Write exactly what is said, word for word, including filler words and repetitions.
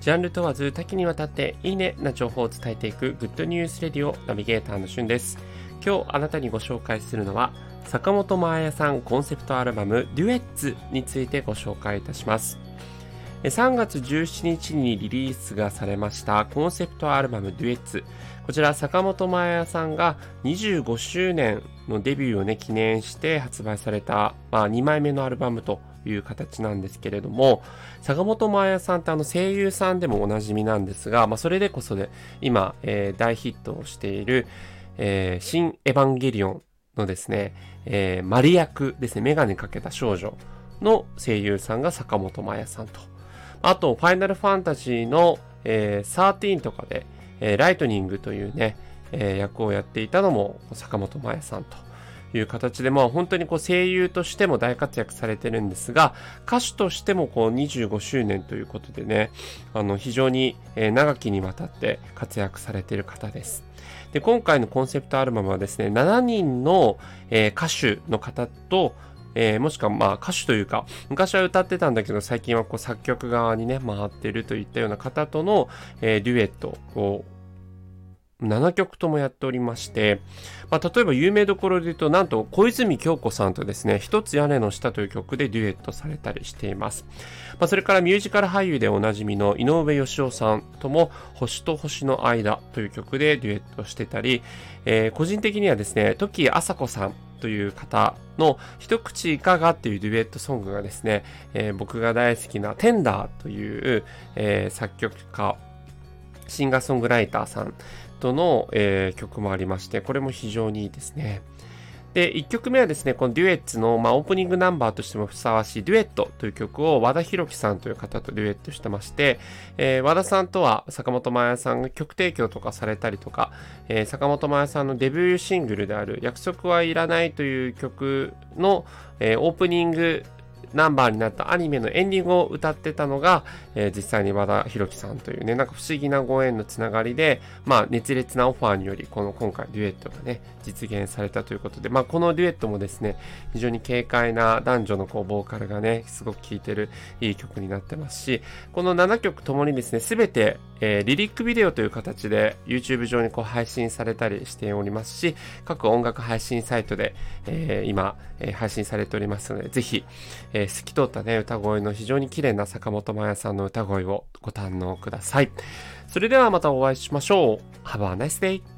ジャンル問わず多岐にわたっていいねな情報を伝えていくグッドニュースレディオナビゲーターのしゅんです。今日あなたにご紹介するのは坂本真綾さんコンセプトアルバムデュエッツについてご紹介いたします。さんがつじゅうしちにちにリリースがされましたコンセプトアルバムデュエッツ。こちら坂本真綾さんがにじゅうごしゅうねんのデビューをね記念して発売された、まあ、にまいめのアルバムという形なんですけれども、坂本真綾さんってあの声優さんでもおなじみなんですが、まあ、それでこそで今、えー、大ヒットをしている、えー、新エヴァンゲリオンのですね、えー、マリ役ですね、メガネかけた少女の声優さんが坂本真綾さんと、あとファイナルファンタジーの、えー、じゅうさんとかで、えー、ライトニングというね、えー、役をやっていたのも坂本真綾さんという形で、まあ本当にこう声優としても大活躍されてるんですが、歌手としてもこうにじゅうごしゅうねんということでね、あの非常に長きにわたって活躍されている方です。で、今回のコンセプトアルバムはですね、しちにんの、えー、歌手の方と、えー、もしくはまあ歌手というか、昔は歌ってたんだけど最近はこう作曲側にね回っているといったような方との、えー、デュエットをななきょくともやっておりまして、まあ、例えば有名どころで言うと、なんと小泉今日子さんとですね、一つ屋根の下という曲でデュエットされたりしています。まあ、それからミュージカル俳優でおなじみの井上芳雄さんとも星と星の間という曲でデュエットしてたり、えー、個人的にはですね、時あさこさんという方の一口いかがっていうデュエットソングがですね、えー、僕が大好きなテンダーという、えー、作曲家、シンガーソングライターさんとの、えー、曲もありまして、これも非常にいいですね。で、いっきょくめはですね、このデュエッツの、まあ、オープニングナンバーとしてもふさわしいデュエットという曲を和田弘樹さんという方とデュエットしてまして、えー、和田さんとは坂本真綾さんが曲提供とかされたりとか、えー、坂本真綾さんのデビューシングルである約束はいらないという曲の、えー、オープニングナンバーになったアニメのエンディングを歌ってたのが、えー、実際に和田弘樹さんというね、なんか不思議なご縁のつながりで、まあ熱烈なオファーにより、この今回デュエットがね、実現されたということで、まあこのデュエットもですね、非常に軽快な男女のこうボーカルがね、すごく聴いてるいい曲になってますし、このななきょくともにですね、すべて、えー、リリックビデオという形で YouTube 上にこう配信されたりしておりますし、各音楽配信サイトで、えー、今、えー、配信されておりますので、ぜひ、えー、透き通ったね、歌声の非常に綺麗な坂本真綾さんの歌声をご堪能ください。それではまたお会いしましょう。Have a nice day!